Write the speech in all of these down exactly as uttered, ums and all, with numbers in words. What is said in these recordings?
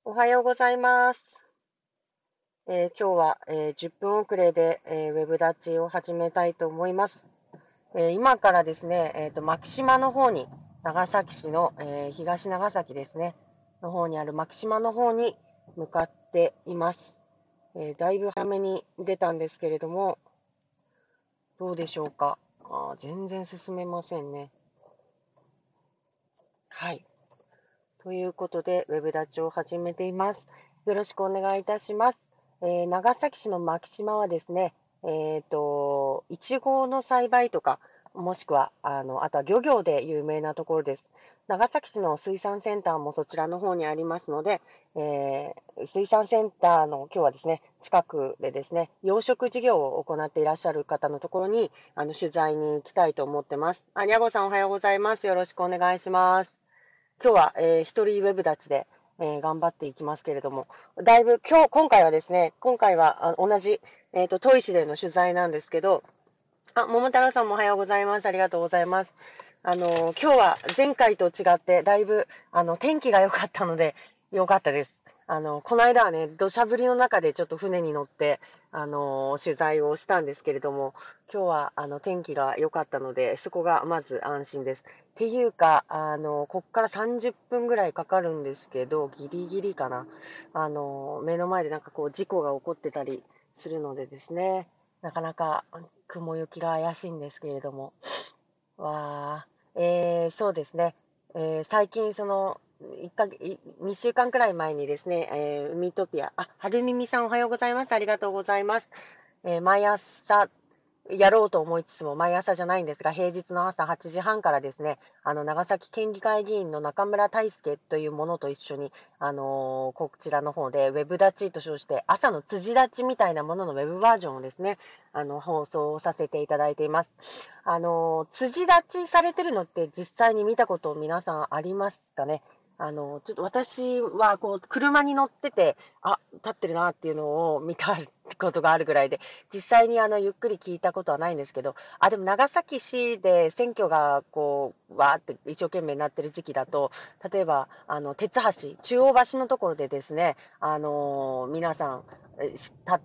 おはようございます。えー今日は、えーじゅっぷん遅れで、えーウェブ立ちを始めたいと思います。えー今からですね、えーと、牧島の方に、長崎市の、えー東長崎ですね、の方にある牧島の方に向かっています。えーだいぶ早めに出たんですけれども、どうでしょうか。あー全然進めませんね。はい。ということで、ウェブ立ちを始めています。よろしくお願いいたします。えー長崎市の牧島はですね、えっと、いちごの栽培とか、もしくは、あの、あとは漁業で有名なところです。長崎市の水産センターもそちらの方にありますので、えー水産センターの今日はですね、近くでですね、養殖事業を行っていらっしゃる方のところに、あの、取材に行きたいと思ってます。あ、にゃごさんおはようございます。よろしくお願いします。今日は、えー一人ウェブ立ちで、えー頑張っていきますけれども、だいぶ、今日、今回はですね、今回はあ同じ、えっと、砥石での取材なんですけど、あ、桃太郎さんもおはようございます。ありがとうございます。あの、今日は前回と違って、だいぶ、あの、天気が良かったので、良かったです。あの、この間はね、土砂降りの中でちょっと船に乗って、あの、取材をしたんですけれども、今日は、あの、天気が良かったので、そこがまず安心です。っていうか、あの、こっからさんじゅっぷんぐらいかかるんですけど、ギリギリかな。あの、目の前でなんかこう、事故が起こってたりするのでですね、なかなか雲行きが怪しいんですけれども。わー、えー、そうですね。えー最近、その、いっかげつ、いにしゅうかんくらい前にですね、えー、海トピア、あ、はるみみさんおはようございます。ありがとうございます。えー毎朝、やろうと思いつつも、毎朝じゃないんですが、平日の朝はちじはんからですね、あの、長崎県議会議員の中村大輔というものと一緒に、あのーこちらの方で、ウェブ立ちと称して、朝の辻立ちみたいなもののウェブバージョンをですね、あの、放送させていただいています。あのー辻立ちされてるのって実際に見たこと皆さんありますかね。あの、ちょっと私は、こう、車に乗ってて、あ、立ってるなっていうのを見たことがあるぐらいで、実際にあの、ゆっくり聞いたことはないんですけど、あ、でも長崎市で選挙がこう、わーって一生懸命になってる時期だと、例えば、あの、鉄橋、中央橋のところでですね、あのー皆さん、え立って、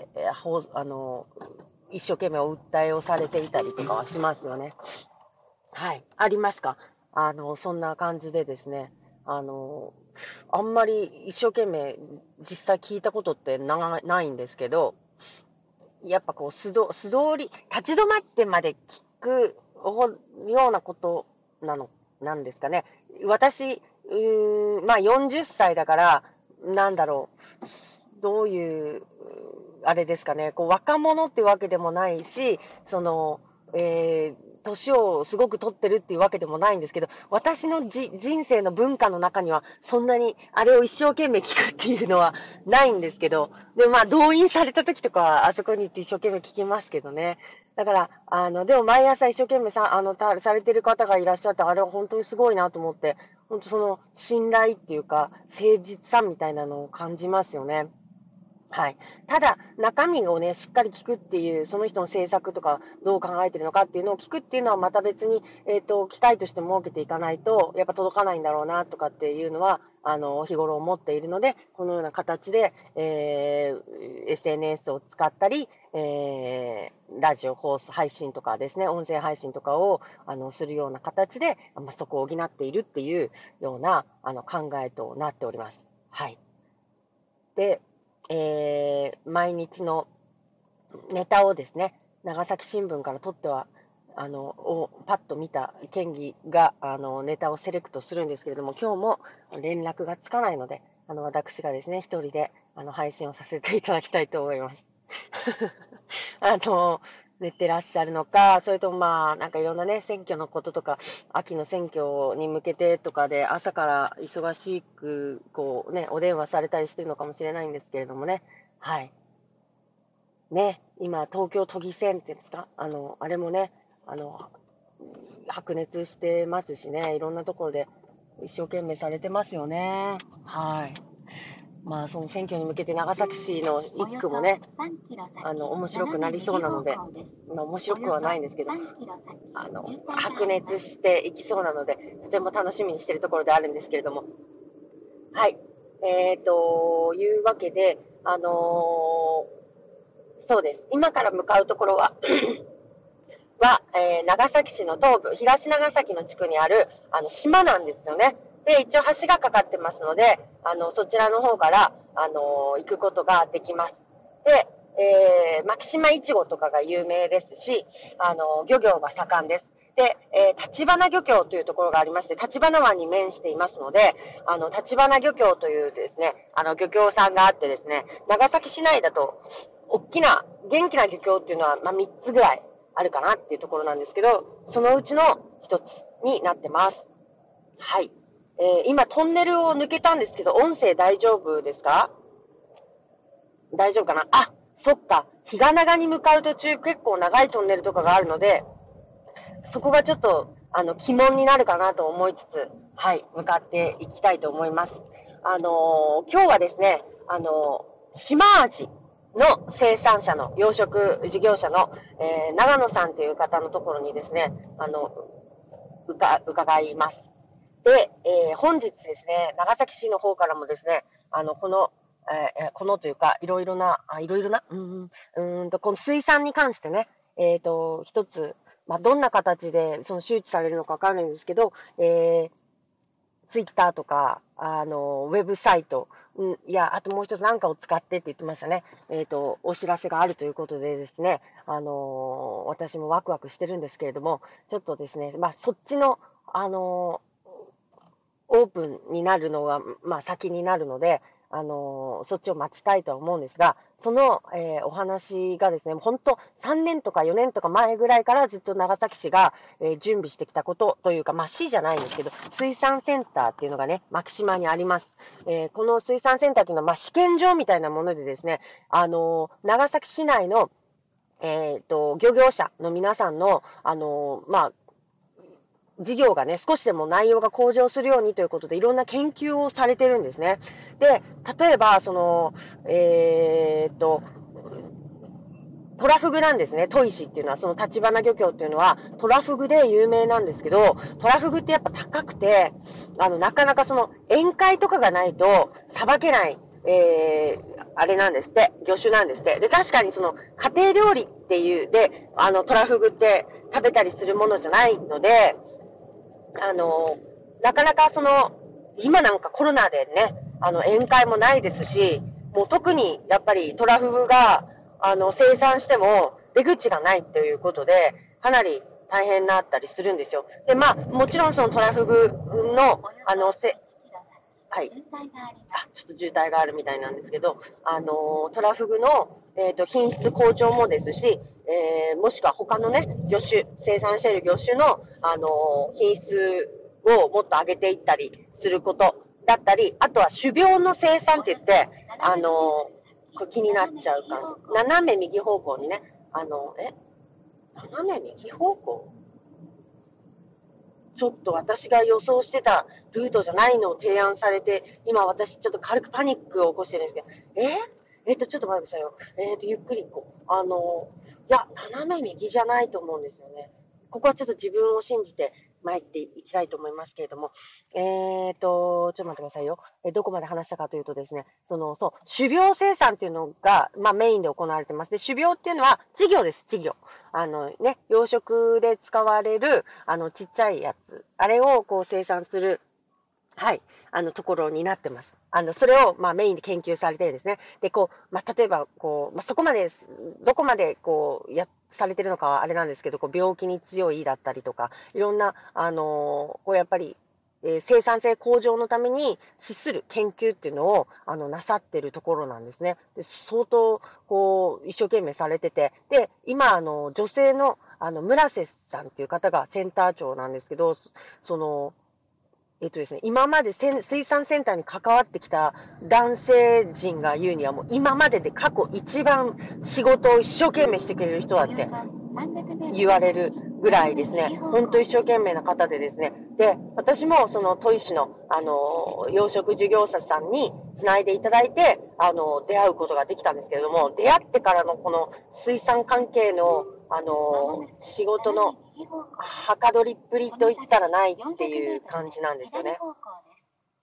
えほうあのー一生懸命お訴えをされていたりとかはしますよね。はい。ありますか？あの、そんな感じでですね、あの、あんまり一生懸命実際聞いたことってなないんですけど、やっぱこう素通素通り、立ち止まってまで聞くようなことなの、なんですかね。私、うーん、まあよんじゅっさいだから、なんだろう、どういう、あれですかね、こう若者ってわけでもないし、その、えー、年をすごく取ってるっていうわけでもないんですけど、私のじ人生の文化の中には、そんなにあれを一生懸命聞くっていうのはないんですけど、でもまあ動員された時とかは、あそこに行って一生懸命聞きますけどね。だから、あの、でも毎朝一生懸命さ、あの、たされてる方がいらっしゃって、あれは本当にすごいなと思って、本当その信頼っていうか、誠実さみたいなのを感じますよね。はい。ただ、中身をね、しっかり聞くっていう、その人の政策とか、どう考えてるのかっていうのを聞くっていうのは、また別に、えっと、機会として設けていかないと、やっぱ届かないんだろうな、とかっていうのは、あの、日頃思っているので、このような形で、えー、エスエヌエス を使ったり、えー、ラジオ放送、配信とかですね、音声配信とかを、あの、するような形で、まあ、そこを補っているっていうような、あの、考えとなっております。はい。で、えー毎日のネタをですね、長崎新聞から取っては、あの、をパッと見た県議が、あの、ネタをセレクトするんですけれども、今日も連絡がつかないので、あの、私がですね、一人で、あの、配信をさせていただきたいと思います。あの、寝てらっしゃるのか、それともまあ、なんかいろんなね、選挙のこととか、秋の選挙に向けてとかで、朝から忙しく、こうね、お電話されたりしてるのかもしれないんですけれどもね。はい。ね、今、東京都議選っていうんですか、あの、あれもね、あの、白熱してますしね、いろんなところで一生懸命されてますよね。はい。まあ、その選挙に向けて長崎市の一区もね、あの、面白くなりそうなので、まあ、面白くはないんですけど、あの、白熱していきそうなので、とても楽しみにしているところであるんですけれども、はい。 えーと、いうわけで、あのーそうです。今から向かうところは、は、えー長崎市の東部、東長崎の地区にある、あの、島なんですよね。で、一応橋がかかってますので、あの、そちらの方から、あのー行くことができます。で、えー、牧島いちごとかが有名ですし、あのー漁業が盛んです。で、えー、立花漁協というところがありまして、立花湾に面していますので、あの、立花漁協というですね、あの、漁協さんがあってですね、長崎市内だと、大きな、元気な漁協っていうのは、まあ、みっつぐらいあるかなっていうところなんですけど、そのうちのひとつになってます。はい。えー、今、トンネルを抜けたんですけど、音声大丈夫ですか？大丈夫かなあ、そっか。日が長に向かう途中、結構長いトンネルとかがあるので、そこがちょっと、あの、鬼門になるかなと思いつつ、はい、向かっていきたいと思います。あのー今日はですね、あのー島味の生産者の養殖事業者の、えー長野さんという方のところにですね、あの、うか伺います。で、えー本日ですね、長崎市の方からもですね、あの、この、えーこのというか、いろいろな、あいろいろな、うん、うーんと、この水産に関してね、えっと、一つ、まあ、どんな形でその周知されるのかわからないんですけど、えー、ツイッターとか、あの、ウェブサイト、うん、いや、あともう一つ何かを使ってって言ってましたね。えっと、お知らせがあるということでですね、あの、私もワクワクしてるんですけれども、ちょっとですね、まあ、そっちの、あの、オープンになるのが、まあ、先になるので、あのーそっちを待ちたいとは思うんですが、その、えーお話がですね、本当さんねんとかよねんとか前ぐらいからずっと長崎市が、えー準備してきたことというか、まあ、市じゃないんですけど、水産センターっていうのがね、牧島にあります。えーこの水産センターっていうのは、まあ、試験場みたいなものでですね、あのー長崎市内のえっと、漁業者の皆さんの、あのーまあ、事業がね、少しでも内容が向上するようにということで、いろんな研究をされてるんですね。で、例えば、その、えーっと、トラフグなんですね。砥石っていうのは、その立花漁協っていうのは、トラフグで有名なんですけど、トラフグってやっぱ高くて、あの、なかなかその、宴会とかがないと、さばけない、えー、あれなんですって、魚種なんですって。で、確かにその、家庭料理っていう、で、あの、トラフグって食べたりするものじゃないので、あの、なかなかその、今なんかコロナでね、あの、宴会もないですし、もう特にやっぱりトラフグが、あの、生産しても出口がないということで、かなり大変だったりするんですよ。で、まあ、もちろんそのトラフグの、あの、せ、はい。あ、ちょっと渋滞があるみたいなんですけど、あの、トラフグの、えっと、品質向上もですし、えーもしくは他のね、魚種、生産している魚種の、あの、品質をもっと上げていったりすることだったり、あとは種苗の生産って言って、あの、これ気になっちゃうか斜め右方向にね、あの、え斜め右方向ちょっと私が予想してたルートじゃないのを提案されて、今私ちょっと軽くパニックを起こしてるんですけど、ええっと、ちょっと待ってくださいよ。えっと、ゆっくり行こう。あの、いや、斜め右じゃないと思うんですよね。ここはちょっと自分を信じて参っていきたいと思いますけれども、えっと、ちょっと待ってくださいよ。え、どこまで話したかというとですね、その、そう、種苗生産っていうのが、まあメインで行われてます。で、種苗っていうのは稚魚です、稚魚。あのね、養殖で使われる、あの、ちっちゃいやつ。あれをこう生産する、はい、あの、ところになってます。あの、それを、まあ、メインで研究されてるんですね。で、こう、まあ、例えば、こう、まあ、そこまで、どこまで、こう、や、されてるのかはあれなんですけど、こう、病気に強いだったりとか、いろんな、あのこう、やっぱり、えー生産性向上のために資する研究っていうのを、あの、なさってるところなんですね。で、相当、こう、一生懸命されてて、で、今、あの、女性の、あの、村瀬さんっていう方がセンター長なんですけど、その、えっとですね、今まで水産センターに関わってきた男性陣が言うにはもう今までで過去一番仕事を一生懸命してくれる人だって言われるぐらいですね、本当一生懸命な方でですね、で、私もその砥石の、あの、養殖事業者さんにつないでいただいて、あの、出会うことができたんですけれども、出会ってからのこの水産関係の、あの、仕事のはかどりっぷりといったらないっていう感じなんですよね。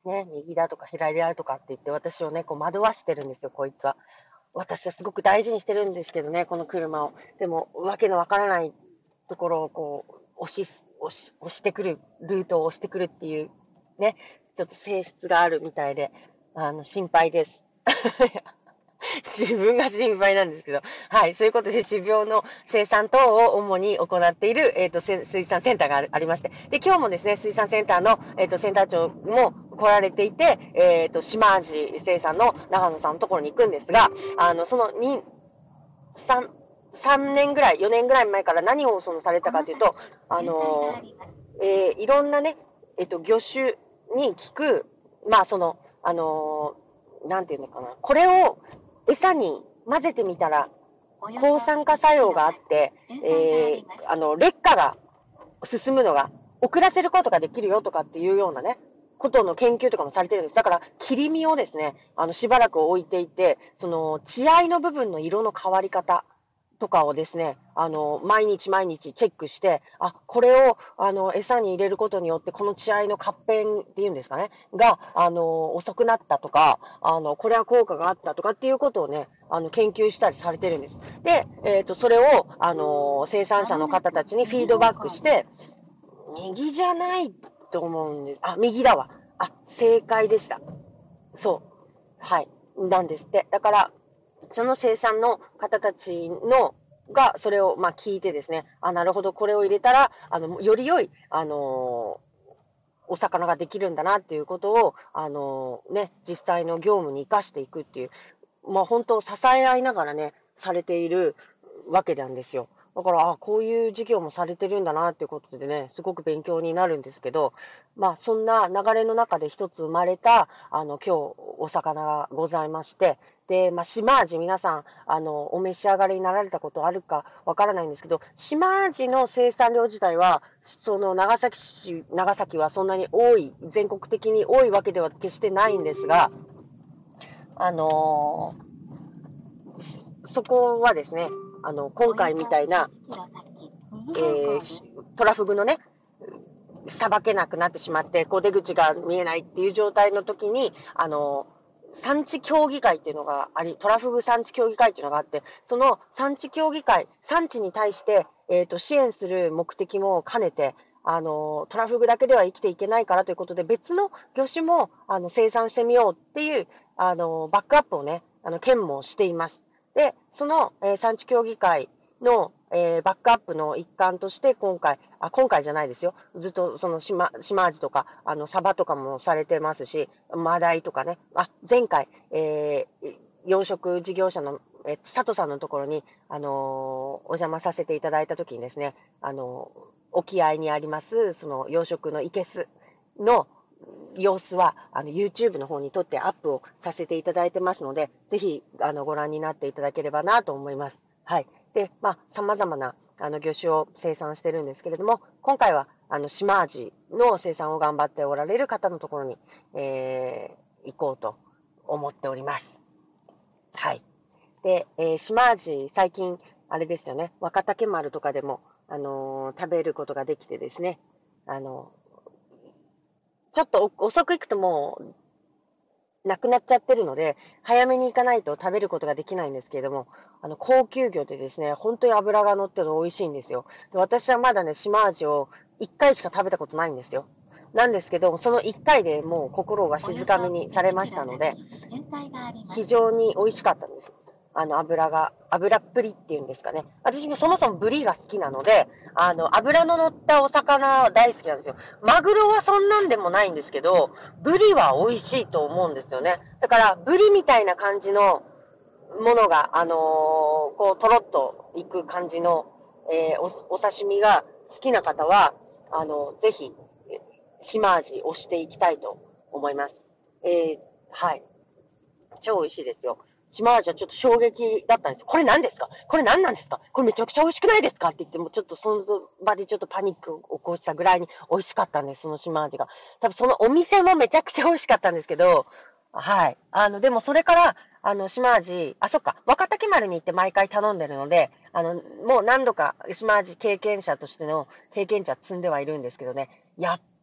ね、右だとか左だとかって言って私をね、こう惑わしてるんですよ、こいつは。私はすごく大事にしてるんですけどね、この車を。でも、わけのわからないところをこう、押し、押し、押してくる、ルートを押してくるっていう、ね、ちょっと性質があるみたいで、あの、心配です。自分が心配なんですけど。はい。そういうことで、種苗の生産等を主に行っている、えっ、と、水産センターがありまして。で、今日もですね、水産センターの、えっ、と、センター長も来られていて、えっ、と、島味生産の長野さんのところに行くんですが、あの、そのに、3、さんねんぐらい、よねんぐらい前から何をそのされたかというと、あの、えーいろんなね、えっ、と、魚種に効く、まあ、その、あのなんていうのかな、これを餌に混ぜてみたら、抗酸化作用があって、えーあの、劣化が進むのが遅らせることができるよとかっていうようなね、ことの研究とかもされてるんです。だから、切り身をですね、あの、しばらく置いていて、その、血合いの部分の色の変わり方とかをですね、あの、毎日毎日チェックして、あ、これを、あの、餌に入れることによって、この血合いの活変っていうんですかね、が、あの、遅くなったとか、あの、これは効果があったとかっていうことをね、あの、研究したりされてるんです。で、えっと、それを、あの、生産者の方たちにフィードバックして、右じゃないと思うんです。あ、右だわ。あ、正解でした。そう。はい。なんですって。だから、その生産の方たちの、が、それを、まあ、聞いてですね、あ、なるほど、これを入れたら、あの、より良い、あのーお魚ができるんだなっていうことを、あのーね、実際の業務に生かしていくっていう、まあ、本当、支え合いながらね、されているわけなんですよ。だから、あ、こういう事業もされてるんだなっていうことでね、すごく勉強になるんですけど、まあ、そんな流れの中で一つ生まれた、あの、今日、お魚がございまして、で、まあ、島味、皆さん、あの、お召し上がりになられたことあるかわからないんですけど、島味の生産量自体は、その、長崎市、長崎はそんなに多い、全国的に多いわけでは決してないんですが、あのーそこはですね、あの、今回みたいな、えートラフグのね、さばけなくなってしまって、こう出口が見えないっていう状態の時に、あの、産地協議会っていうのがあり、トラフグ産地協議会っていうのがあって、その産地協議会、産地に対して、えっと、支援する目的も兼ねて、あの、トラフグだけでは生きていけないからということで、別の魚種も、あの、生産してみようっていう、あの、バックアップをね、あの、県もしています。で、その、えー産地協議会の、えーバックアップの一環として、今回、あ、今回じゃないですよ。ずっとその島、島味とか、あの、サバとかもされてますし、マダイとかね。あ、前回、えー養殖事業者の、えー佐藤さんのところに、あのーお邪魔させていただいたときにですね、あのー沖合にあります、その養殖の生けすの様子は、あの、YouTube の方に撮ってアップをさせていただいてますので、ぜひ、あの、ご覧になっていただければなと思います。はい。で、まあ、様々な、あの、魚種を生産してるんですけれども、今回は、あの、島味の生産を頑張っておられる方のところに、えー、行こうと思っております。はい。で、えー、島味、最近、あれですよね、若竹丸とかでも、あのー食べることができてですね、あのちょっと遅く行くともうなくなっちゃってるので、早めに行かないと食べることができないんですけれども、あの、高級魚でですね、本当に脂が乗ってて美味しいんですよ。で私はまだね、島味をいっかいしか食べたことないんですよ。なんですけど、そのいっかいでもう心が静かみにされましたので、非常に美味しかったんです。あの、油が、油っぷりっていうんですかね。私もそもそもブリが好きなので、あの、油の乗ったお魚大好きなんですよ。マグロはそんなんでもないんですけど、ブリは美味しいと思うんですよね。だから、ブリみたいな感じのものが、あのーこう、とろっといく感じの、えーお、お刺身が好きな方は、あの、ぜひ、島味をしていきたいと思います。えーはい。超美味しいですよ。島味はちょっと衝撃だったんですよ。これ何ですかこれ何なんですかこれめちゃくちゃ美味しくないですかって言っても、ちょっとその場でちょっとパニックを起こしたぐらいに美味しかったんです、その島味が。多分そのお店もめちゃくちゃ美味しかったんですけど、はい。あの、でもそれから、あの、島味、あ、そっか、若竹丸に行って毎回頼んでるので、あの、もう何度か島味経験者としての経験値は積んではいるんですけどね、やっ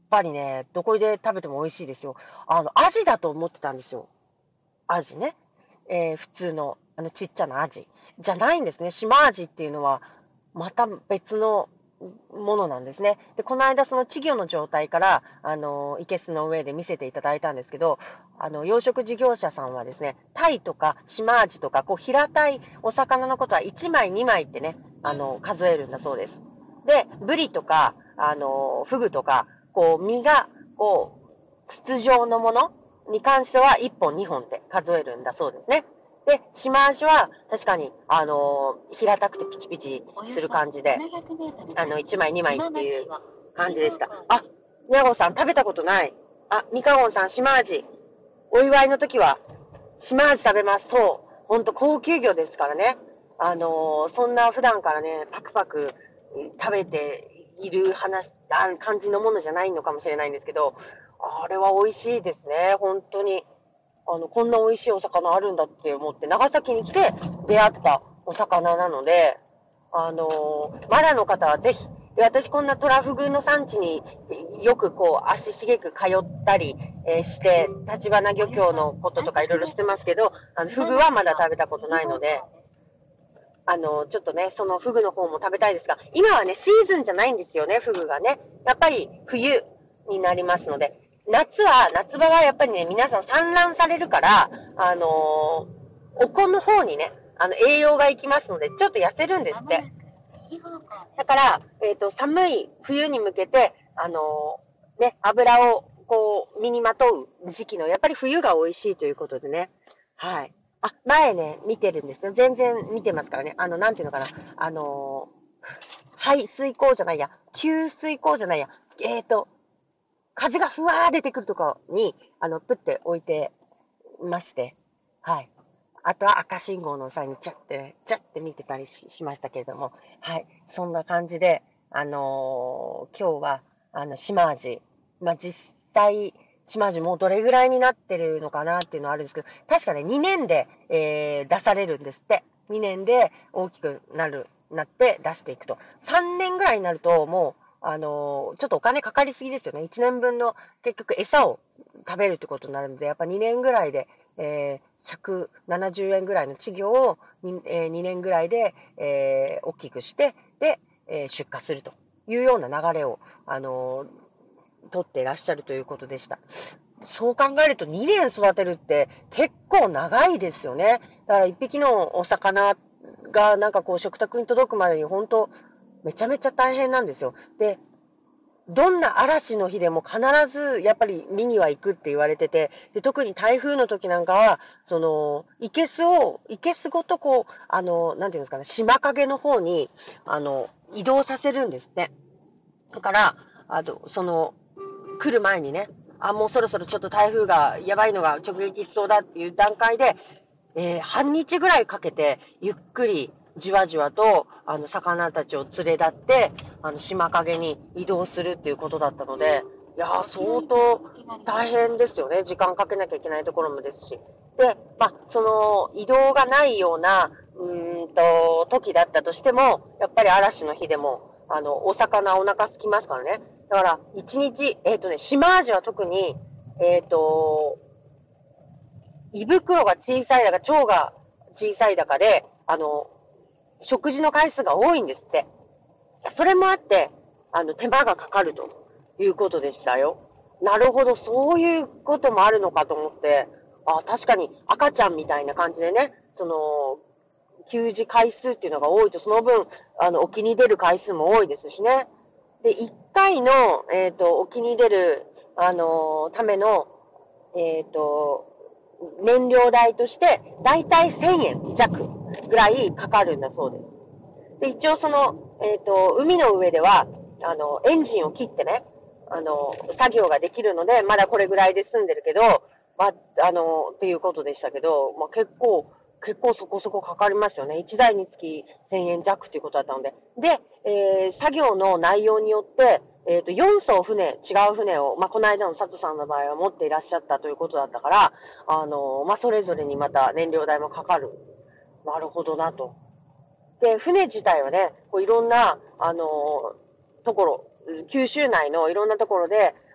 ぱりね、どこで食べても美味しいですよ。あの、アジだと思ってたんですよ。アジね。えー普通の、あの、ちっちゃなアジ。じゃないんですね。島アジっていうのは、また別のものなんですね。で、この間、その稚魚の状態から、あの、生けすの上で見せていただいたんですけど、あの、養殖事業者さんはですね、タイとか島アジとか、こう、平たいお魚のことはいちまい、にまいってね、あの、数えるんだそうです。で、ブリとか、あの、フグとか、こう、身が、こう、筒状のものに関してはいっぽん、にほんって数えるんだそうですね。で、島アジは確かに、あのー平たくてピチピチする感じで、あの、いちまい、にまいっていう感じでした。あ、宮郷さん食べたことない。あ、ミカゴンさん、島アジ。お祝いの時は、島アジ食べます。そう。ほんと高級魚ですからね。あのーそんな普段からね、パクパク食べている話、あ感じのものじゃないのかもしれないんですけど、あれは美味しいですね。本当に。あの、こんな美味しいお魚あるんだって思って、長崎に来て出会ったお魚なので、あのーまだの方はぜひ、で私こんなトラフグの産地によくこう足しげく通ったり、えーして、立花漁協のこととかいろいろしてますけど、あの、フグはまだ食べたことないので、あの、ちょっとね、そのフグの方も食べたいですが、今はね、シーズンじゃないんですよね、フグがね。やっぱり冬になりますので、夏は、夏場はやっぱりね、皆さん産卵されるから、あのーお子の方にね、あの、栄養がいきますので、ちょっと痩せるんですって。だから、えっ、と、寒い冬に向けて、あのーね、油をこう、身にまとう時期の、やっぱり冬が美味しいということでね。はい。あ、前ね、見てるんですよ。全然見てますからね。あの、なんていうのかな。あのー排水口じゃないや。給水口じゃないや。えっ、と、風がふわー出てくるところに、あの、プって置いてまして。はい。あとは赤信号の際にチャッて、チャッて見てたりししましたけれども。はい。そんな感じで、あのー今日は、あの、島味。まあ、実際、島味もうどれぐらいになってるのかなっていうのはあるんですけど、確かね、にねんで、えー出されるんですって。にねんで大きくなる、なって出していくと。さんねんぐらいになると、もう、あのーちょっとお金かかりすぎですよね。いちねんぶんの結局餌を食べるってことになるので、やっぱにねんぐらいで、えーひゃくななじゅうえんぐらいの稚魚を に,、えーにねんぐらいで、えー大きくして、で、えー出荷するというような流れを、あのー取っていらっしゃるということでした。そう考えるとにねん育てるって結構長いですよね。だからいっぴきのお魚がなんかこう食卓に届くまでに本当めちゃめちゃ大変なんですよ。で、どんな嵐の日でも必ずやっぱり見には行くって言われてて、で特に台風の時なんかは、その、いけすを、いけすごとこう、あの、なんていうんですかね、島影の方に、あの、移動させるんですって。だから、あの、その、来る前にね、あ、もうそろそろちょっと台風がやばいのが直撃しそうだっていう段階で、えー半日ぐらいかけて、ゆっくり、じわじわと、あの、魚たちを連れ立って、あの、島陰に移動するっていうことだったので、いやー、相当大変ですよね。時間かけなきゃいけないところもですし。で、まあ、その、移動がないような、うーんと、時だったとしても、やっぱり嵐の日でも、あの、お魚お腹空きますからね。だから、一日、えっ、とね、島アジは特に、えっ、と、胃袋が小さいだか、腸が小さいだかで、あの、食事の回数が多いんですって。それもあって、あの、手間がかかるということでしたよ。なるほど、そういうこともあるのかと思って、あ、確かに赤ちゃんみたいな感じでね、その、給仕回数っていうのが多いと、その分、あの、沖に出る回数も多いですしね。で、いっかいの、えっ、と、沖に出る、あのための、えっ、と、燃料代として、だいたいせんえん弱ぐらいかかるんだそうです。で、一応その、えっ、と、海の上では、あの、エンジンを切ってね、あの、作業ができるので、まだこれぐらいで済んでるけど、まあ、あの、っていうことでしたけど、まあ、結構、結構そこそこかかりますよね。いちだいにつきせんえん弱ということだったので。で、えー作業の内容によって、えっ、と、よん艘船、違う船を、まあ、この間の佐藤さんの場合は持っていらっしゃったということだったから、あの、まあ、それぞれにまた燃料代もかかる。なるほどなと。で、船自体はね、こういろんな、あのところ、九州内のいろんなところで、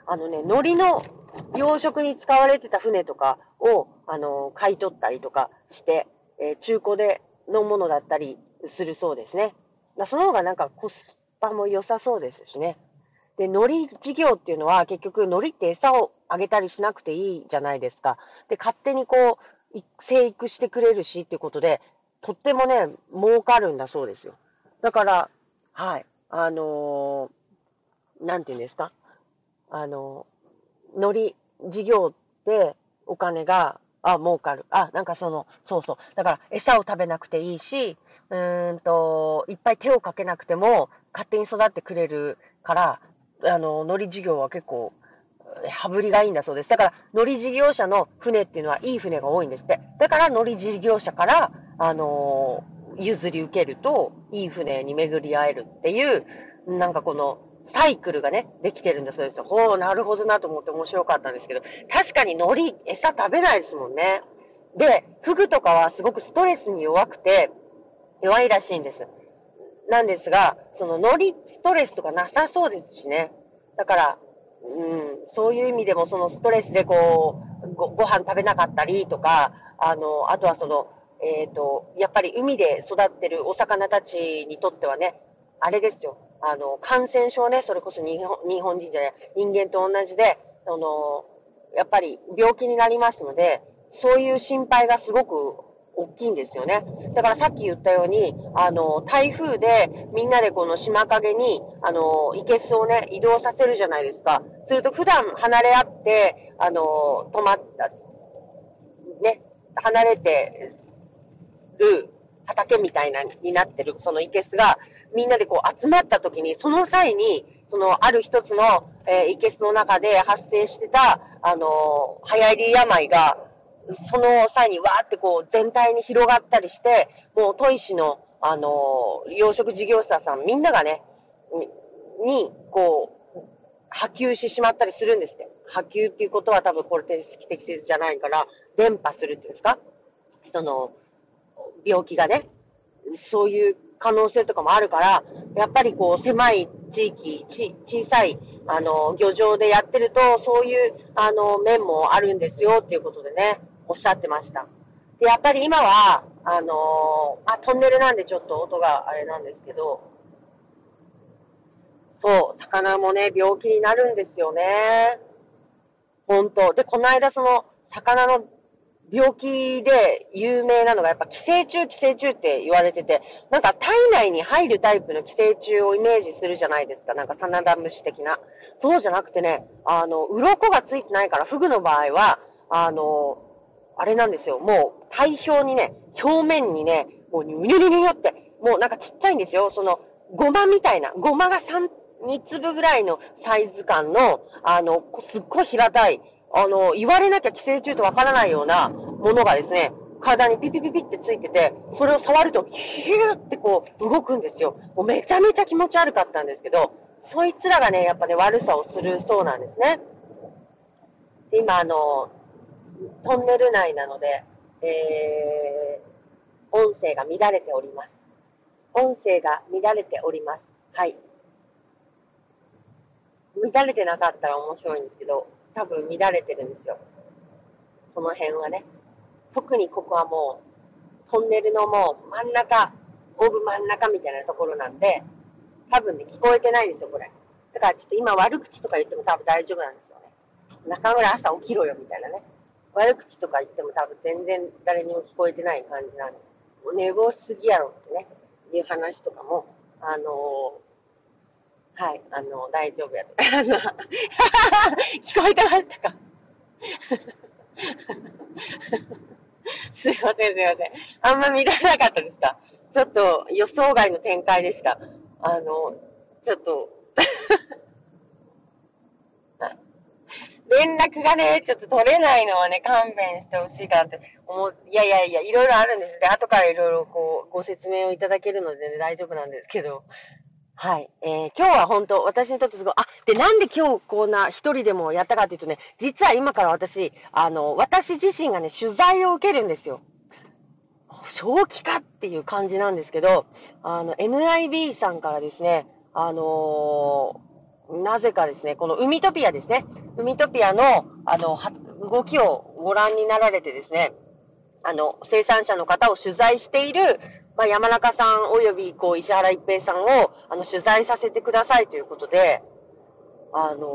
あのね、海苔の養殖に使われてた船とかを、あの、買い取ったりとかして、えー中古でのものだったりするそうですね。まあ、その方がなんかコスパも良さそうですしね。で、海苔事業っていうのは結局海苔って餌をあげたりしなくていいじゃないですか。で、勝手にこう、い生育してくれるしっていうことで、とってもね、儲かるんだそうですよ。だから、はい、あのーなんていうんですか、あのー海苔事業ってお金が、あ、儲かる。あ、なんかその、そうそう。だから餌を食べなくていいし、うーんと、いっぱい手をかけなくても勝手に育ってくれるから、あの、海苔事業は結構、羽振りがいいんだそうです。だから、海苔事業者の船っていうのはいい船が多いんですって。だから、海苔事業者から、あのー譲り受けると、いい船に巡り会えるっていう、なんかこの、サイクルがね、できてるんだそうですよ。ほう、なるほどなと思って面白かったんですけど、確かに海苔、餌食べないですもんね。で、フグとかはすごくストレスに弱くて、弱いらしいんです。なんですが、その海苔ストレスとかなさそうですしね。だから、うん、そういう意味でもそのストレスでこう、ご、ご飯食べなかったりとか、あの、あとはその、えっと、やっぱり海で育ってるお魚たちにとってはね、あれですよ。あの、感染症ね、それこそ日本、日本人じゃない、人間と同じで、あの、やっぱり病気になりますので、そういう心配がすごく大きいんですよね。だからさっき言ったように、あの、台風でみんなでこの島陰に、あの、生けすをね、移動させるじゃないですか。すると普段離れ合って、あの、止まった、ね、離れてる畑みたいなになってる、その生けすが、みんなでこう集まった時に、その際に、そのある一つの、えー、生けすの中で発生してた、あのー、流行り病が、その際にわーってこう全体に広がったりして、もう砥石の、あのー、養殖事業者さんみんながね、に、こう、波及してしまったりするんですって。波及っていうことは多分これ適切じゃないから、伝播するっていうんですか、その、病気がね、そういう可能性とかもあるから、やっぱりこう狭い地域、ち小さいあの漁場でやってると、そういうあの面もあるんですよっていうことでね、おっしゃってました。で、やっぱり今は、あのあ、トンネルなんでちょっと音があれなんですけど、そう、魚もね、病気になるんですよね。本当。で、この間その、魚の病気で有名なのがやっぱ寄生虫寄生虫って言われてて、なんか体内に入るタイプの寄生虫をイメージするじゃないですか。なんかサナダムシ的な。そうじゃなくてね、あの、鱗がついてないから、フグの場合は、あの、あれなんですよ。もう体表にね、表面にね、もうニュニュニュニュって、もうなんかちっちゃいんですよ。その、ゴマみたいな、ゴマがさん、に粒ぐらいのサイズ感の、あの、すっごい平たい、あの、言われなきゃ寄生虫とわからないようなものがですね、体にピピピピってついてて、それを触るとヒューってこう動くんですよ。もうめちゃめちゃ気持ち悪かったんですけど、そいつらがね、やっぱね、悪さをするそうなんですね。で今、あの、トンネル内なので、えー、音声が乱れております。音声が乱れております。はい。乱れてなかったら面白いんですけど、多分乱れてるんですよ。この辺はね。特にここはもう、トンネルのもう真ん中、オブ真ん中みたいなところなんで、多分ね、聞こえてないんですよ、これ。だからちょっと今悪口とか言っても多分大丈夫なんですよね。中村朝起きろよみたいなね。悪口とか言っても多分全然誰にも聞こえてない感じなんで、もう寝坊しすぎやろってね、いう話とかも、あのーはい、あのー大丈夫やと。あの聞こえてましたか？すいません、すいません。あんま見られなかったですか？ちょっと予想外の展開でした。あの、ちょっと連絡がね、ちょっと取れないのはね、勘弁してほしいかなって思う。いやいやいや、いろいろあるんですね。後からいろいろこう、ご説明をいただけるので、ね、大丈夫なんですけど。はい。えー、今日は本当、私にとってすごい、あ、で、なんで今日こんな一人でもやったかっていうとね、実は今から私、あの、私自身がね、取材を受けるんですよ。正気かっていう感じなんですけど、あの、エヌアイビー さんからですね、あのなぜかですね、この海トピアですね。海トピアの、あの、動きをご覧になられてですね、あの、生産者の方を取材している、まあ、山中さんおよび、こう、石原一平さんを、あの、取材させてくださいということで、あのー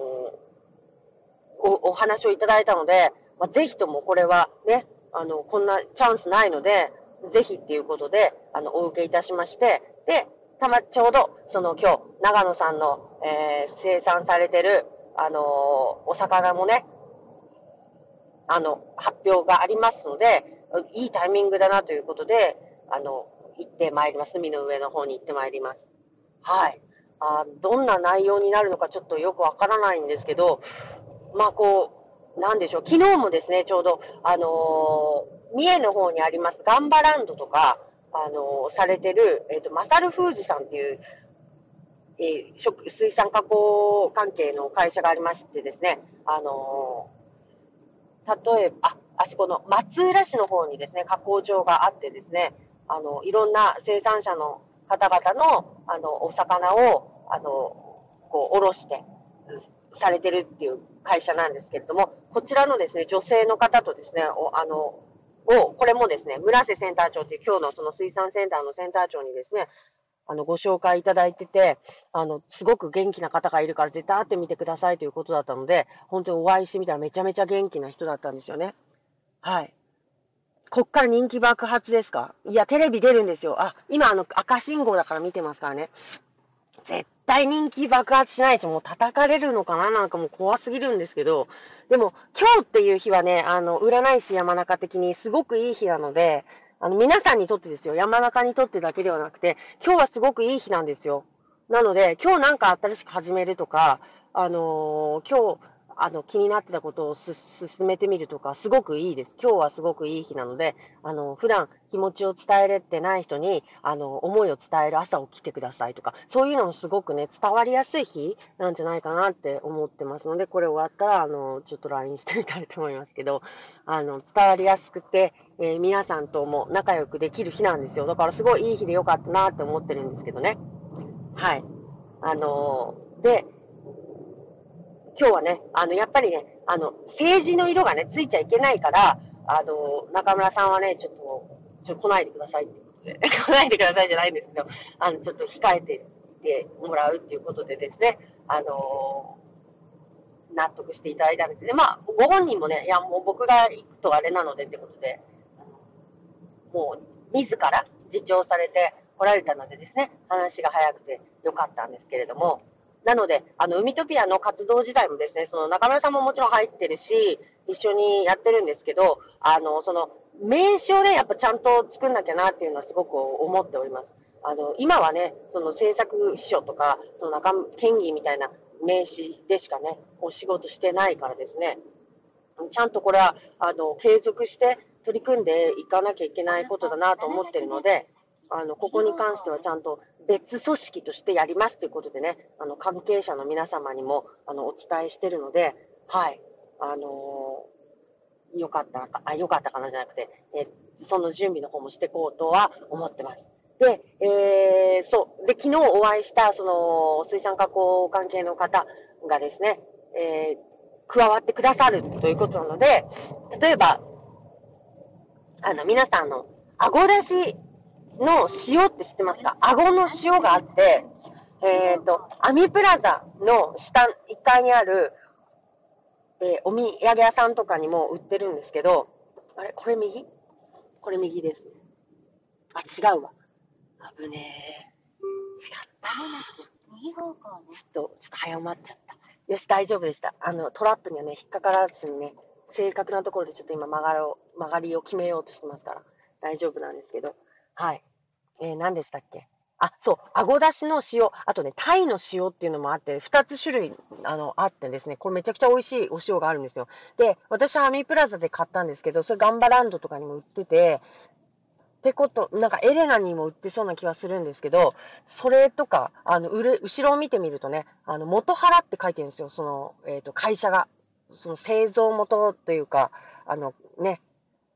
お、お話をいただいたので、まあ、ぜひともこれはね、あの、こんなチャンスないので、ぜひっていうことで、あの、お受けいたしまして、で、たま、ちょうど、その今日、長野さんの、えー生産されてる、あのーお魚もね、あの、発表がありますので、いいタイミングだなということで、あの、行ってまいります。海の上の方に行ってまいります。はい。あ、どんな内容になるのかちょっとよくわからないんですけど、まあこう、なんでしょう。昨日もですね、ちょうど、あのー三重の方にありますガンバランドとか、あのーされてる、えっ、と、マサルフーズさんっていう、えー食水産加工関係の会社がありましてですね、あのー例えば、あ、あそこの松浦市の方にですね、加工場があってですね、あの、いろんな生産者の方々の、あの、お魚を、あの、こう、おろして、されてるっていう会社なんですけれども、こちらのですね、女性の方とですね、おあの、を、これもですね、村瀬センター長っていう今日のその水産センターのセンター長にですね、あの、ご紹介いただいてて、あの、すごく元気な方がいるから絶対会ってみてくださいということだったので、本当にお会いしてみたらめちゃめちゃ元気な人だったんですよね。はい。こっから人気爆発ですか？いや、テレビ出るんですよ。あ、今あの赤信号だから見てますからね。絶対人気爆発しないともう叩かれるのかななんかもう怖すぎるんですけど、でも今日っていう日はね、あの、占い師山中的にすごくいい日なので、あの、皆さんにとってですよ、山中にとってだけではなくて、今日はすごくいい日なんですよ。なので、今日なんか新しく始めるとか、あのー今日、あの、気になってたことをす進めてみるとか、すごくいいです。今日はすごくいい日なので、あの、普段気持ちを伝えれてない人に、あの、思いを伝える朝起きてくださいとか、そういうのもすごくね、伝わりやすい日なんじゃないかなって思ってますので、これ終わったら、あの、ちょっと ライン してみたいと思いますけど、あの、伝わりやすくて、えー皆さんとも仲良くできる日なんですよ。だからすごいいい日でよかったなって思ってるんですけどね。はい。あのーで、今日はね、あの、やっぱりね、あの、政治の色がね、ついちゃいけないから、あの、中村さんはね、ちょっと、ちょっと来ないでくださいってことで、来ないでくださいじゃないんですけど、あの、ちょっと控えていてもらうっていうことでですね、あの、納得していただいたんですね。まあ、ご本人もね、いや、もう僕が行くとあれなのでってことで、もう、自ら自重されて来られたのでですね、話が早くてよかったんですけれども、なので、あの、海トピアの活動自体もですね、その中村さんももちろん入ってるし、一緒にやってるんですけど、あの、その、名刺をね、やっぱちゃんと作んなきゃなっていうのはすごく思っております。あの、今はね、その制作秘書とか、その中、県議みたいな名刺でしかね、お仕事してないからですね、ちゃんとこれは、あの、継続して取り組んでいかなきゃいけないことだなと思ってるので、あの、ここに関してはちゃんと別組織としてやりますということでね、あの、関係者の皆様にも、あの、お伝えしてるので、はい、あのーよかったか、あ、よかったかなじゃなくて、えその準備の方もしていこうとは思ってます。で、えー、そう。で、昨日お会いした、その、水産加工関係の方がですね、えー加わってくださるということなので、例えば、あの、皆さんの、顎出しの塩って知ってますか？顎の塩があって、えっ、と、アミプラザの下、いっかいにある、えーお土産屋さんとかにも売ってるんですけど、あれこれ右これ右ですね。あ、違うわ。危ねえ。違った。右方向ちょっと、ちょっと早まっちゃった。よし、大丈夫でした。あの、トラップにはね、引っかからずにね、正確なところでちょっと今曲がろう、曲がりを決めようとしてますから、大丈夫なんですけど。はい。えー、何でしたっけ？あ、そう、あごだしの塩、あとね、タイの塩っていうのもあって、二つ種類、あの、あってですね、これめちゃくちゃ美味しいお塩があるんですよ。で、私はアミプラザで買ったんですけど、それガンバランドとかにも売ってて、ってこと、なんかエレナにも売ってそうな気はするんですけど、それとか、あの、うれ後ろを見てみるとね、あの、元原って書いてるんですよ。その、えっと、会社が。その製造元というか、あの、ね、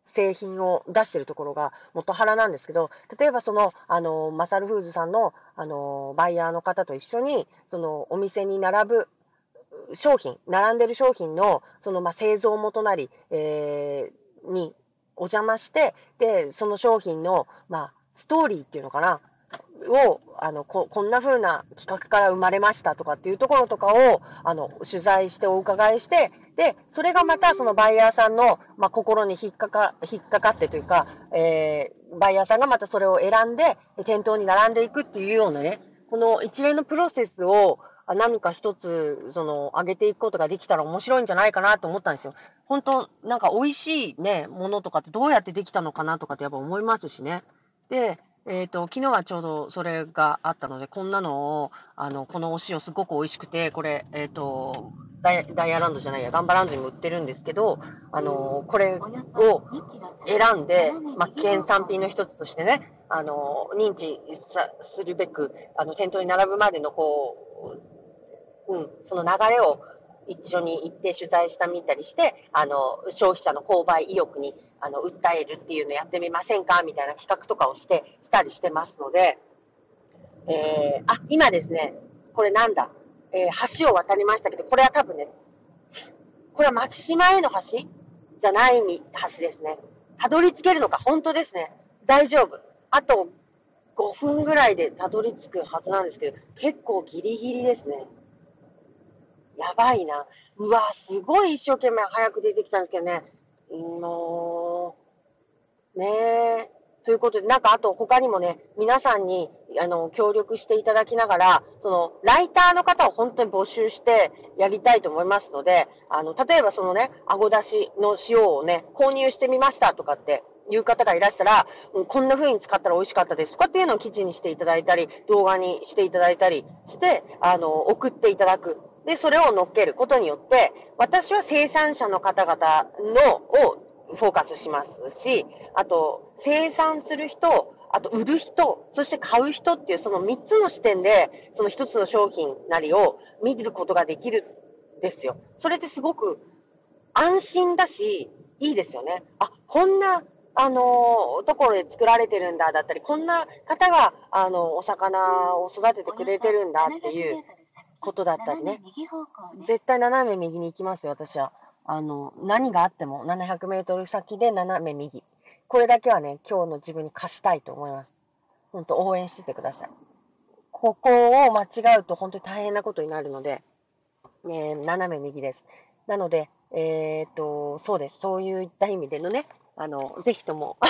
製品を出しているところが元原なんですけど、例えばその、あの、マサルフーズさんの、あの、バイヤーの方と一緒に、その、お店に並ぶ商品、並んでる商品の、その、まあ、製造元なり、えー、にお邪魔して、で、その商品の、まあ、ストーリーっていうのかな、を、あの、こ、こんな風な企画から生まれましたとかっていうところとかを、あの、取材してお伺いして、で、それがまたそのバイヤーさんの、まあ、心に引っかか、引っかかってというか、えー、バイヤーさんがまたそれを選んで、店頭に並んでいくっていうようなね、この一連のプロセスを、何か一つ、その、上げていくことができたら面白いんじゃないかなと思ったんですよ。本当なんか美味しいね、ものとかってどうやってできたのかなとかってやっぱ思いますしね。で、えっと、昨日はちょうどそれがあったので、こんなのを、あの、このお塩すごく美味しくて、これ、えっと、ダイダイヤランドじゃないや、ガンバランドにも売ってるんですけど、あの、これを選んで、まあ、県産品の一つとしてね、あの、認知さするべく、あの、店頭に並ぶまでの、こう、うん、その流れを一緒に行って取材したみたりして、あの、消費者の購買意欲に、あの、訴えるっていうのやってみませんかみたいな企画とかをして、したりしてますので、えー、あ、今ですね、これなんだ、えー、橋を渡りましたけど、これは多分ね、これは牧島への橋じゃない橋ですね。たどり着けるのか、本当ですね。大丈夫。あとごふんぐらいでたどり着くはずなんですけど、結構ギリギリですね。やばいな。うわ、すごい一生懸命早く出てきたんですけどね。もう、ねえ。ということで、なんかあと他にもね、皆さんに、あの、協力していただきながら、その、ライターの方を本当に募集してやりたいと思いますので、あの、例えばそのね、あごだしの塩をね、購入してみましたとかっていう方がいらしたら、うんこんな風に使ったら美味しかったですとかっていうのを記事にしていただいたり、動画にしていただいたりして、あの、送っていただく。で、それを乗っけることによって、私は生産者の方々の、をフォーカスしますし、あと、生産する人、あと売る人、そして買う人っていうそのみっつの視点で、そのひとつの商品なりを見ることができるんですよ。それってすごく安心だし、いいですよね。あ、こんな、あの、ところで作られてるんだ、だったり、こんな方が、あの、お魚を育ててくれてるんだっていうことだったりね。絶対斜め右に行きますよ、私は。あの、何があってもななひゃくメートル先で斜め右。これだけはね、今日の自分に課したいと思います。本当応援しててください。ここを間違うと本当に大変なことになるので、ね、斜め右です。なので、えーっと、そうです。そういった意味でのね、あの、ぜひとも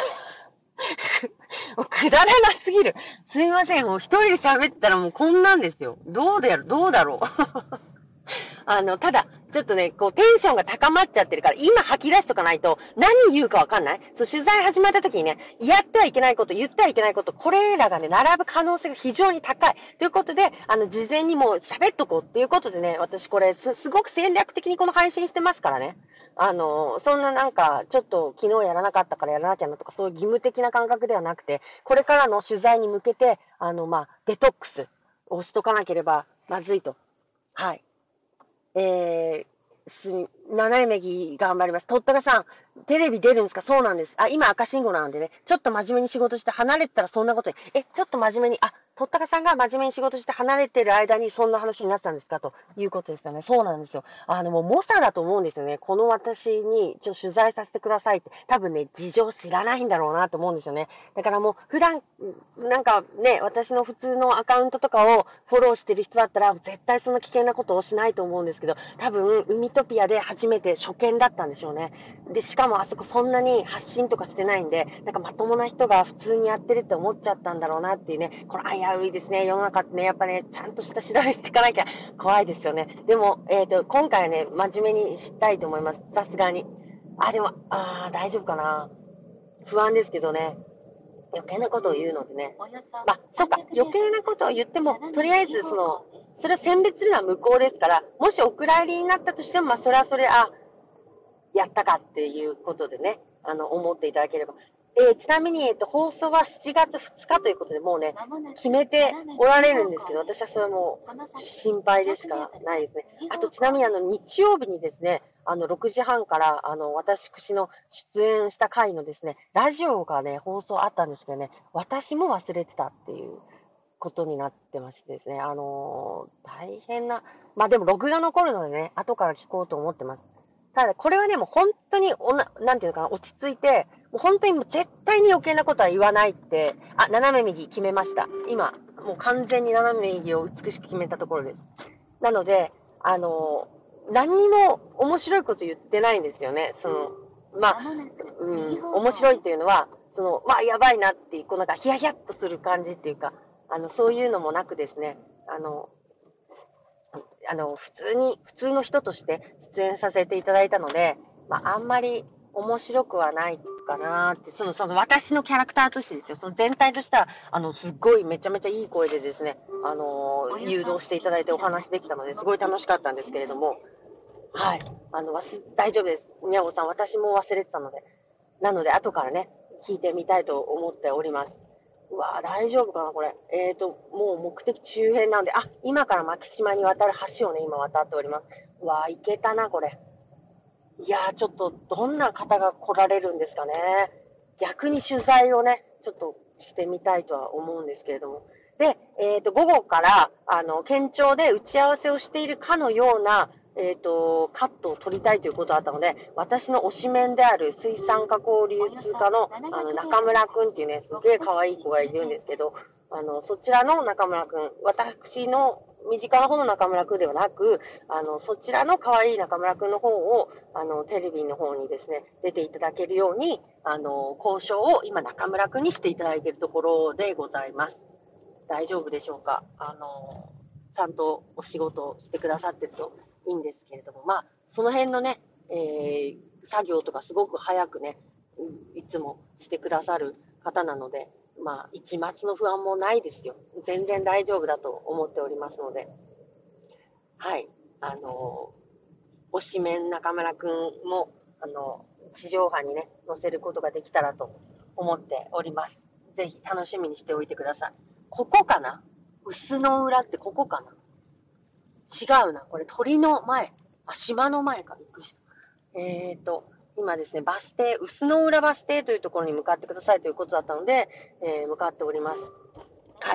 くだらなすぎる。すいません。もう一人で喋ったらもうこんなんですよ。どうだろう、どうだろう。あの、ただ、ちょっとね、こう、テンションが高まっちゃってるから、今吐き出しとかないと、何言うかわかんないそう、取材始まった時にね、やってはいけないこと、言ってはいけないこと、これらがね、並ぶ可能性が非常に高い。ということで、あの、事前にもう喋っとこうっていうことでね、私これ、す、すごく戦略的にこの配信してますからね。あの、そんななんか、ちょっと昨日やらなかったからやらなきゃなとか、そういう義務的な感覚ではなくて、これからの取材に向けて、あの、まあ、デトックスをしとかなければまずいと。はい。えー、す、七重ぎ頑張ります。とったかさん、テレビ出るんですか？そうなんです。あ、今赤信号なんでね、ちょっと真面目に仕事して離れてたらそんなことに、え、ちょっと真面目に、あ、とったかさんが真面目に仕事して離れてる間にそんな話になってたんですかということですよね。そうなんですよ。あの、もう猛者だと思うんですよね。この私にちょっと取材させてくださいって。多分ね、事情知らないんだろうなと思うんですよね。だからもう普段、なんかね、私の普通のアカウントとかをフォローしてる人だったら、絶対その危険なことをしないと思うんですけど、多分、ウミトピアで初めて初見だったんでしょうね。で、しかもあそこそんなに発信とかしてないんで、なんかまともな人が普通にやってるって思っちゃったんだろうなっていうね、これ危ういですね。世の中ってね、やっぱね、ちゃんとした調べしていかなきゃ怖いですよね。でも、えっと、今回はね、真面目にしたいと思います。さすがに。あ、でも、あー、大丈夫かな。不安ですけどね。余計なことを言うのでね。まあ、そっか、余計なことを言っても、とりあえず、その、それを選別するのは無効ですから、もしお蔵入りになったとしても、まあ、それはそれ、あ、やったかっていうことでね、あの、思っていただければ。 えーちなみに、えっと、放送はしちがつふつかということで、もうね、決めておられるんですけど、私はそれも心配でしかないですね。あと、ちなみに、あの、日曜日にですね、あの、ろくじはんから、あの、私の出演した回のですね、ラジオがね、放送あったんですけどね、私も忘れてたっていうことになってましてですね、あのー大変な、まあでも録画残るのでね、後から聞こうと思ってます。ただ、これはね、もう本当におな、なんていうのかな、落ち着いて、もう本当にもう絶対に余計なことは言わないって、あ、斜め右決めました。今、もう完全に斜め右を美しく決めたところです。なので、あのー何にも面白いこと言ってないんですよね。その、まあ、うん、面白いっていうのは、その、わあ、やばいなっていう、こうなんかヒヤヒヤっとする感じっていうか、あの、そういうのもなくですね、あの、あの、普通に、普通の人として出演させていただいたので、まあ、あんまり面白くはないかなって、その、その私のキャラクターとしてですよ、その全体としては、あの、すっごいめちゃめちゃいい声でですね、あの、誘導していただいてお話できたので、すごい楽しかったんですけれども、はい。あの、忘大丈夫です。宮本さん、私も忘れてたので。なので、後からね、聞いてみたいと思っております。うわぁ、大丈夫かな、これ。えーと、もう目的地周辺なんで、あ、今から牧島に渡る橋をね、今渡っております。うわぁ、行けたな、これ。いやー、ちょっと、どんな方が来られるんですかね。逆に取材をね、ちょっとしてみたいとは思うんですけれども。で、えっと、午後から、あの、県庁で打ち合わせをしているかのような、えっと、カットを取りたいということだったので、私の推しメンである水産加工流通課の、あの、中村くんっていうね、すげえ可愛い子がいるんですけど、あの、そちらの中村くん、私の身近な方の中村くんではなく、あの、そちらの可愛い中村くんの方を、あの、テレビの方にですね、出ていただけるように、あの、交渉を今中村くんにしていただいているところでございます。大丈夫でしょうか。あの、ちゃんとお仕事をしてくださってるといいんですけれども、まあ、その辺のね、えー作業とかすごく早くね、いつもしてくださる方なので、まあ、一抹の不安もないですよ。全然大丈夫だと思っておりますので、はい。あの、推しメン中村くんも、あの、地上波にね、載せることができたらと思っております。ぜひ楽しみにしておいてください。ここかな、薄の裏ってここかな、違うな。これ鳥の前。あ、島の前か。びっくりした。えーと、今ですね、バス停、薄の浦バス停というところに向かってくださいということだったので、えー向かっております。はい。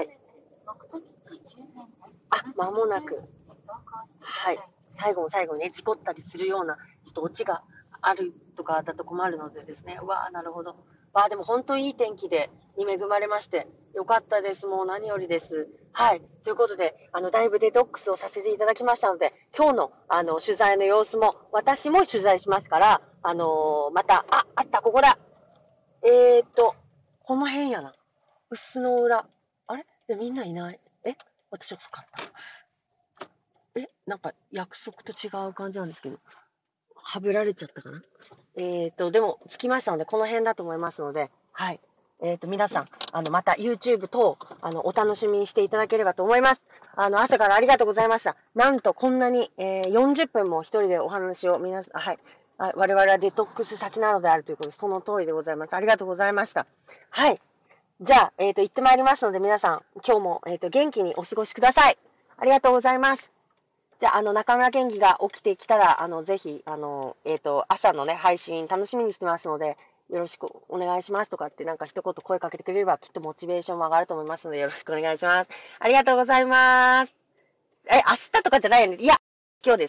あ、間もなく。はい。最後の最後にね、事故ったりするような、ちょっとオチがあるとかだと困るのでですね、うわー、なるほど。わあ、でも本当にいい天気で、に恵まれまして、よかったです。もう何よりです。はい。ということで、あの、だいぶデトックスをさせていただきましたので、今日の、あの、取材の様子も、私も取材しますから、あのーまた、あ、あった、ここだ。えーっと、この辺やな。薄の裏。あれでみんないない。え私遅かった。えなんか約束と違う感じなんですけど、はぶられちゃったかな。えっと、でも、着きましたので、この辺だと思いますので、はい。えっと、皆さん、あの、また YouTube 等、あの、お楽しみにしていただければと思います。あの、朝からありがとうございました。なんと、こんなに、えー、よんじゅっぷんも一人でお話を、皆さん、はい。あ我々はデトックス先なのであるということで、その通りでございます。ありがとうございました。はい。じゃあ、えっと、行ってまいりますので、皆さん、今日も、えっと、元気にお過ごしください。ありがとうございます。じゃあ、あの、中村元気が起きてきたら、あの、ぜひ、あの、えっと、朝のね、配信楽しみにしてますので、よろしくお願いしますとかって、なんか一言声かけてくれれば、きっとモチベーションも上がると思いますので、よろしくお願いします。ありがとうございます。え、明日とかじゃないよね。いや、今日です。